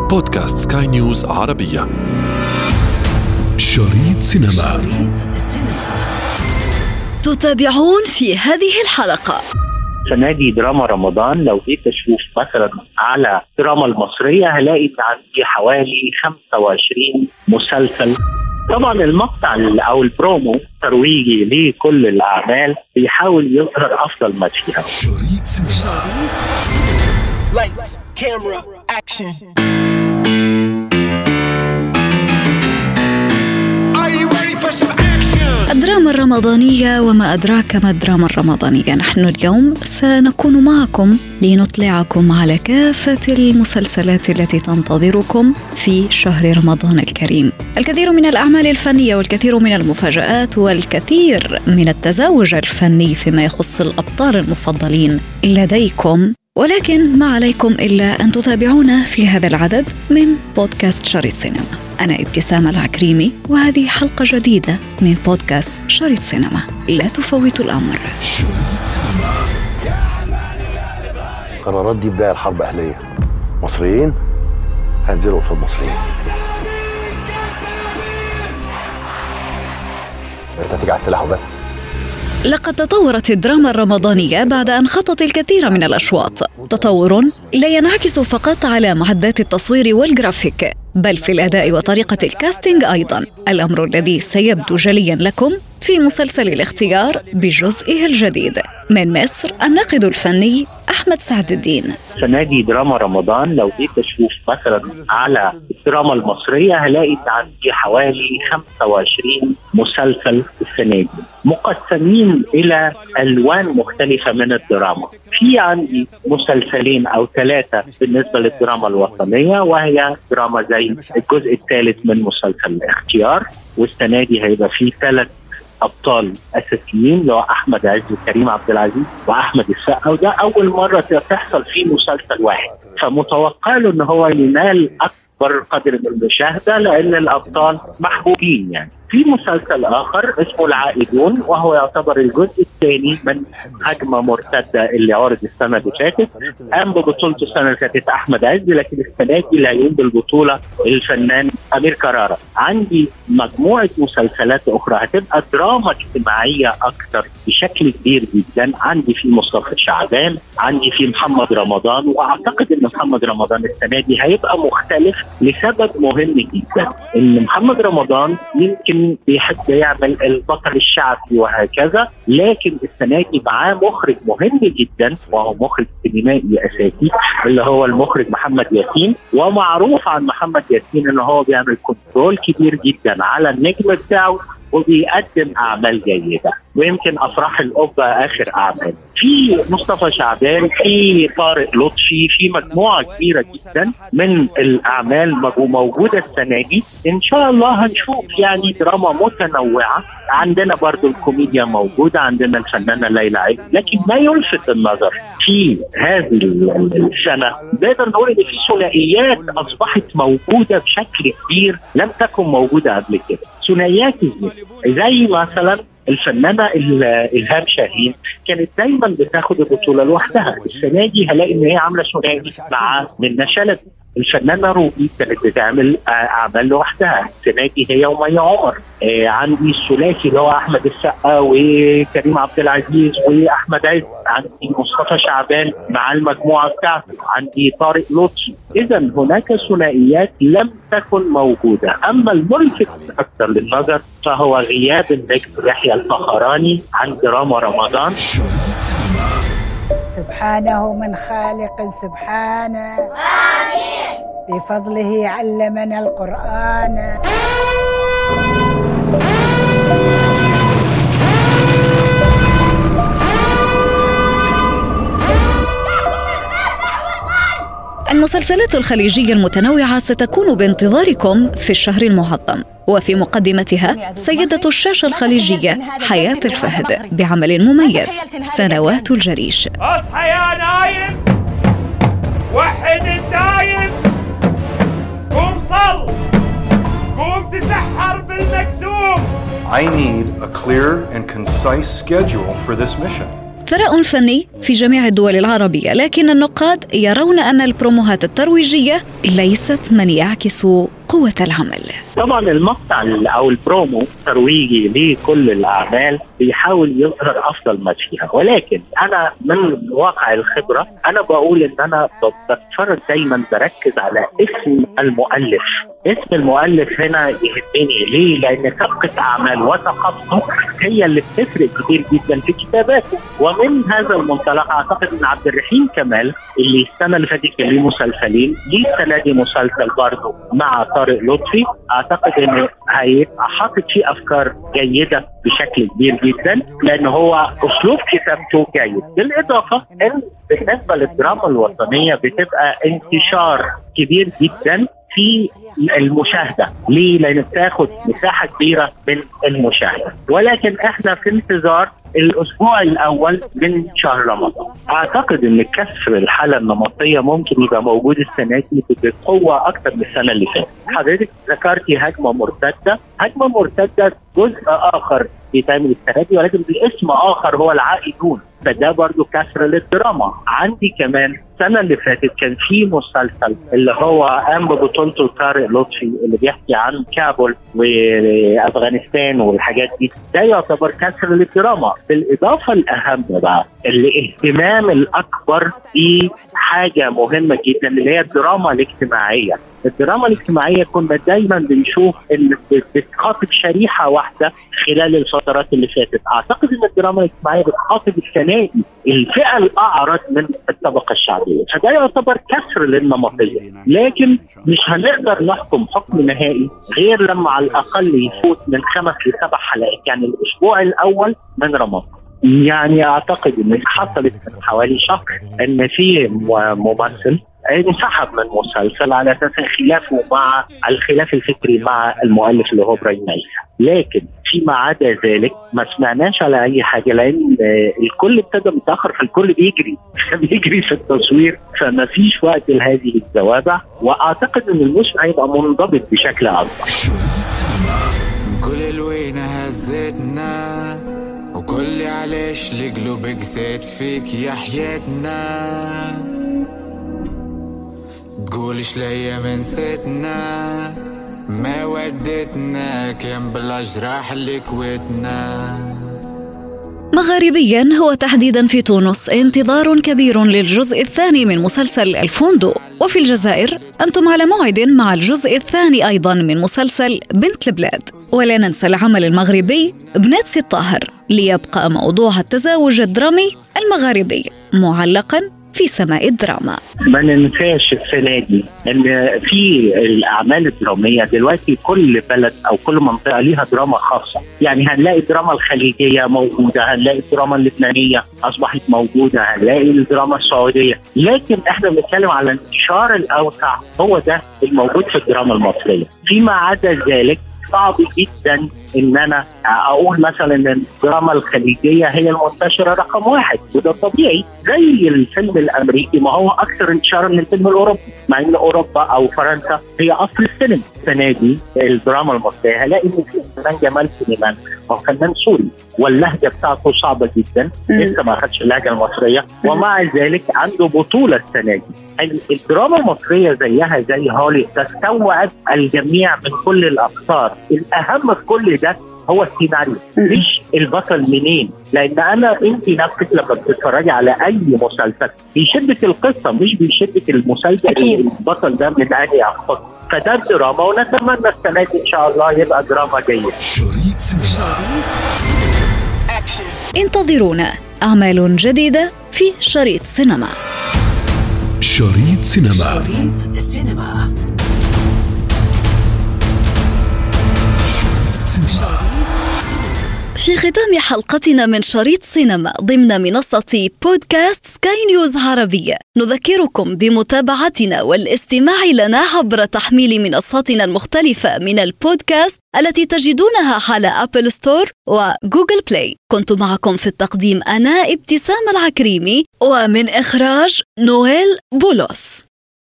بودكاست سكاي نيوز عربية. شريط سينما. تتابعون في هذه الحلقة. السنة دي دراما رمضان، لو جيت أشوف مثلا على الدراما المصرية هلاقي إن عندي حوالي 25 مسلسل. طبعا المقطع أو البرومو ترويجي لكل الأعمال بيحاول يظهر أفضل ما فيها. شريط سينما. Lights, camera, action. Are you ready for some action? الدراما الرمضانية وما أدراك ما الدراما الرمضانية. نحن اليوم سنكون معكم لنطلعكم على كافة المسلسلات التي تنتظركم في شهر رمضان الكريم. الكثير من الأعمال الفنية والكثير من المفاجآت والكثير من التزاوج الفني فيما يخص الأبطال المفضلين لديكم، ولكن ما عليكم إلا أن تتابعونا في هذا العدد من بودكاست شريط سينما. أنا ابتسام العكريمي، وهذه حلقة جديدة من بودكاست شريط سينما. لا تفوتوا الأمر. شريط سينما. القرارات دي بداية الحرب أهلية. مصريين هينزلوا قصاد مصريين. انت هتيجي على السلاح وبس. لقد تطورت الدراما الرمضانية بعد أن خطت الكثير من الأشواط، تطور لا ينعكس فقط على معدات التصوير والجرافيك، بل في الأداء وطريقة الكاستينج أيضاً، الأمر الذي سيبدو جلياً لكم في مسلسل الاختيار بجزئه الجديد. من مصر الناقد الفني أحمد سعد الدين. السنة دي دراما رمضان، لو جيت أشوف مثلا على الدراما المصرية هلاقي إن عندي حوالي 25 مسلسل السنة دي، مقسمين إلى ألوان مختلفة من الدراما. في عندي مسلسلين أو 3 بالنسبة للدراما الوطنية، وهي دراما زي الجزء الثالث من مسلسل الاختيار، والسنة دي هيبقى فيه 3 أبطال أساسيين، اللي هو أحمد عز وكريم عبد العزيز وأحمد السقا، وده أول مرة تحصل فيه مسلسل واحد، فمتوقع له إن هو ينال أكبر قدر من المشاهدة لأن الأبطال محبوبين. يعني في مسلسل آخر اسمه العائدون، وهو يعتبر الجزء الثاني من هجمة مرتدة اللي عرض السنة اللي فاتت. قام ببطولته السنة اللي فاتت أحمد عز، لكن السنة دي اللي هيقوم بالبطولة الفنان أمير كرارة. عندي مجموعة مسلسلات أخرى هتبقى دراما اجتماعية أكثر بشكل كبير جدا. عندي في مصطفى شعبان، عندي في محمد رمضان، وأعتقد أن محمد رمضان السنة دي هيبقى مختلف لسبب مهم جدا، إن محمد رمضان يمكن بيحب يعمل البطل الشعبي وهكذا، لكن السنة دي معاه مخرج مهم جدا وهو مخرج سينمائي أساسي اللي هو المخرج محمد ياسين. ومعروف عن محمد ياسين إنه هو بيعمل كنترول كبير جدا على النجم بتاعه وبيقدم أعمال جيدة، ويمكن أفراح القبة آخر أعمال. في مصطفى شعبان، في طارق لطفي، في مجموعة كبيرة جدا من الأعمال موجودة السنة دي. إن شاء الله هنشوف يعني دراما متنوعة. عندنا برضو الكوميديا موجودة، عندنا الفنانة ليلى علوي. لكن ما يلفت النظر في هذه السنة نقدر نقول إن في ثنائيات أصبحت موجودة بشكل كبير لم تكن موجودة قبل كده. ثنائيات زي مثلا الفنانة إلهام شاهين كانت دايما بتاخد البطولة لوحدها. السنة دي هلاقي إن هي عاملة ثنائي مع منة شلبي. الفنانة روبي كانت بتعمل أعمال لوحدها، السنة دي هي ومية عمر. عندي الثلاثي اللي هو أحمد السقا وكريم عبد العزيز وأحمد عز. عندي مصطفى شعبان مع المجموعة بتاعته، عندي طارق لطفي. إذا هناك ثنائيات لم تكن موجودة. أما الملفت أكثر للنظر فهو غياب النجم يحيى الفخراني عن دراما رمضان. سبحانه من خالق سبحانه، آمين. بفضله علمنا القرآن. المسلسلات الخليجية المتنوعة ستكون بانتظاركم في الشهر المعظم، وفي مقدمتها سيدة الشاشة الخليجية حياة الفهد بعمل مميز سنوات الجريش. اصحى يا نايم، وحد الدايم، قوم صل، قوم تسحر بالمكسوم. I need a clear and concise schedule for this mission. ثراء فني في جميع الدول العربية، لكن النقاد يرون أن البروموهات الترويجية ليست من يعكس قوة العمل. طبعا المقطع أو البرومو ترويجي لكل الأعمال بيحاول يظهر أفضل ما فيها، ولكن أنا من واقع الخبرة أنا بقول إن أنا بتفرج دايما بركز على اسم المؤلف. اسم المؤلف هنا يهمني ليه؟ لأن سابقة أعمال وثقافته هي اللي بتفرق كتير جدا في كتاباته. ومن هذا المنطلق أعتقد إن عبد الرحيم كمال اللي السنة اللي فاتت كان ليه مسلسلين، ليه السنة دي مسلسل برضه مع طارق لطفي، أعتقد إنه هيبقى حاطط فيه أفكار جيدة بشكل كبير جدا، لأن هو أسلوب كتابته جيد. بالإضافة إن بالنسبة للدراما الوطنية بتبقى انتشار كبير جدا في المشاهدة. ليه؟ لأن بتاخد مساحة كبيرة من المشاهدة، ولكن احنا في انتظار الأسبوع الأول من شهر رمضان. أعتقد أن كسر الحالة النمطية ممكن يبقى موجود السنة دي بقوة أكتر من السنة اللي فاتت. حضرتك ذكرتي هجمة مرتدة. هجمة مرتدة جزء آخر بيتعمل السنة دي، ولكن باسم آخر هو العائدون، فده برضو كسر للدراما. عندي كمان السنة اللي فاتت كان في مسلسل اللي هو قام ببطولته طارق لطفي اللي بيحكي عن كابول وأفغانستان والحاجات دي، ده يعتبر كسر للدراما. بالإضافة الأهم بقى الاهتمام الأكبر بحاجة مهمة جدا اللي هي الدراما الاجتماعية. الدراما الاجتماعية كنا دايما بنشوف ان بتخاطب شريحة واحدة خلال الفترات اللي فاتت. اعتقد ان الدراما الاجتماعية بتخاطب السنة دي الفئة الاعرض من الطبقة الشعبية، فده يعتبر كسر للنمطية. لكن مش هنقدر نحكم حكم نهائي غير لما على الاقل يفوت من 5 ل 7 حلقات، يعني الاسبوع الاول من رمضان. يعني اعتقد ان حصلت من حوالي شهر ان في ممثل انسحب من مسلسل على اساس خلافه مع الخلاف الفكري مع المؤلف اللي هو ابراهيم عيسى، لكن فيما عدا ذلك ما سمعناش على اي حاجه، لان الكل ابتدى متاخر، فالكل بيجري في التصوير، فما فيش وقت لهذه الزوابع. واعتقد ان الموسم هيبقى منضبط بشكل اكبر. كل الوينه هزتنا وكل علاش لقلوبك زاد فيك يا حياتنا، تقولش ليا من ستنا ما ودتنا كان بلا جراح اللي كويتنا. مغاربيا هو تحديدا في تونس انتظار كبير للجزء الثاني من مسلسل الفندق، وفي الجزائر أنتم على موعد مع الجزء الثاني أيضا من مسلسل بنت البلاد. ولا ننسى العمل المغربي بنات سي الطاهر، ليبقى موضوع التزاوج الدرامي المغاربي معلقا في سماء الدراما. ما ننساش السنة دي ان في الاعمال الدرامية دلوقتي كل بلد او كل منطقة ليها دراما خاصة، يعني هنلاقي الدراما الخليجية موجودة، هنلاقي الدراما اللبنانية اصبحت موجودة، هنلاقي الدراما السعودية، لكن احنا بنتكلم على الانتشار الاوسع هو ده الموجود في الدراما المصرية. فيما عدا ذلك صعب جدا ان انا اقول مثلا ان الدراما الخليجيه هي المنتشره رقم 1، وده طبيعي. زي الفيلم الامريكي ما هو اكثر انتشارا من الفيلم الاوروبي، مع ان اوروبا او فرنسا هي اصل السينما. السنه دي الدراما المصريه هلاقي ان في فنان جمال سليمان هو فنان سوري، واللهجه بتاعته صعبه جدا، لسه ما اخدش اللهجه المصريه، ومع ذلك عنده بطوله السنه دي. الدراما المصريه زيها زي هوليوود تستوعب الجميع من كل الاقطار. الاهم في كل ده هو السيناريو، مش البطل منين. لان انت نفسك لما بتتفرجي على اي مسلسل بيشدك القصه، مش بيشدك المسلسل البطل ده من انهي اقطار. فده الدراما، ونتمنى السنه دي ان شاء الله يبقى دراما جيده. انتظرونا أعمال جديدة في شريط سينما. شريط سينما. في ختام حلقتنا من شريط سينما ضمن منصة بودكاست سكاي نيوز عربية، نذكركم بمتابعتنا والاستماع لنا عبر تحميل منصاتنا المختلفة من البودكاست التي تجدونها على أبل ستور وجوجل بلاي. كنت معكم في التقديم أنا ابتسام العكريمي، ومن إخراج نويل بولوس.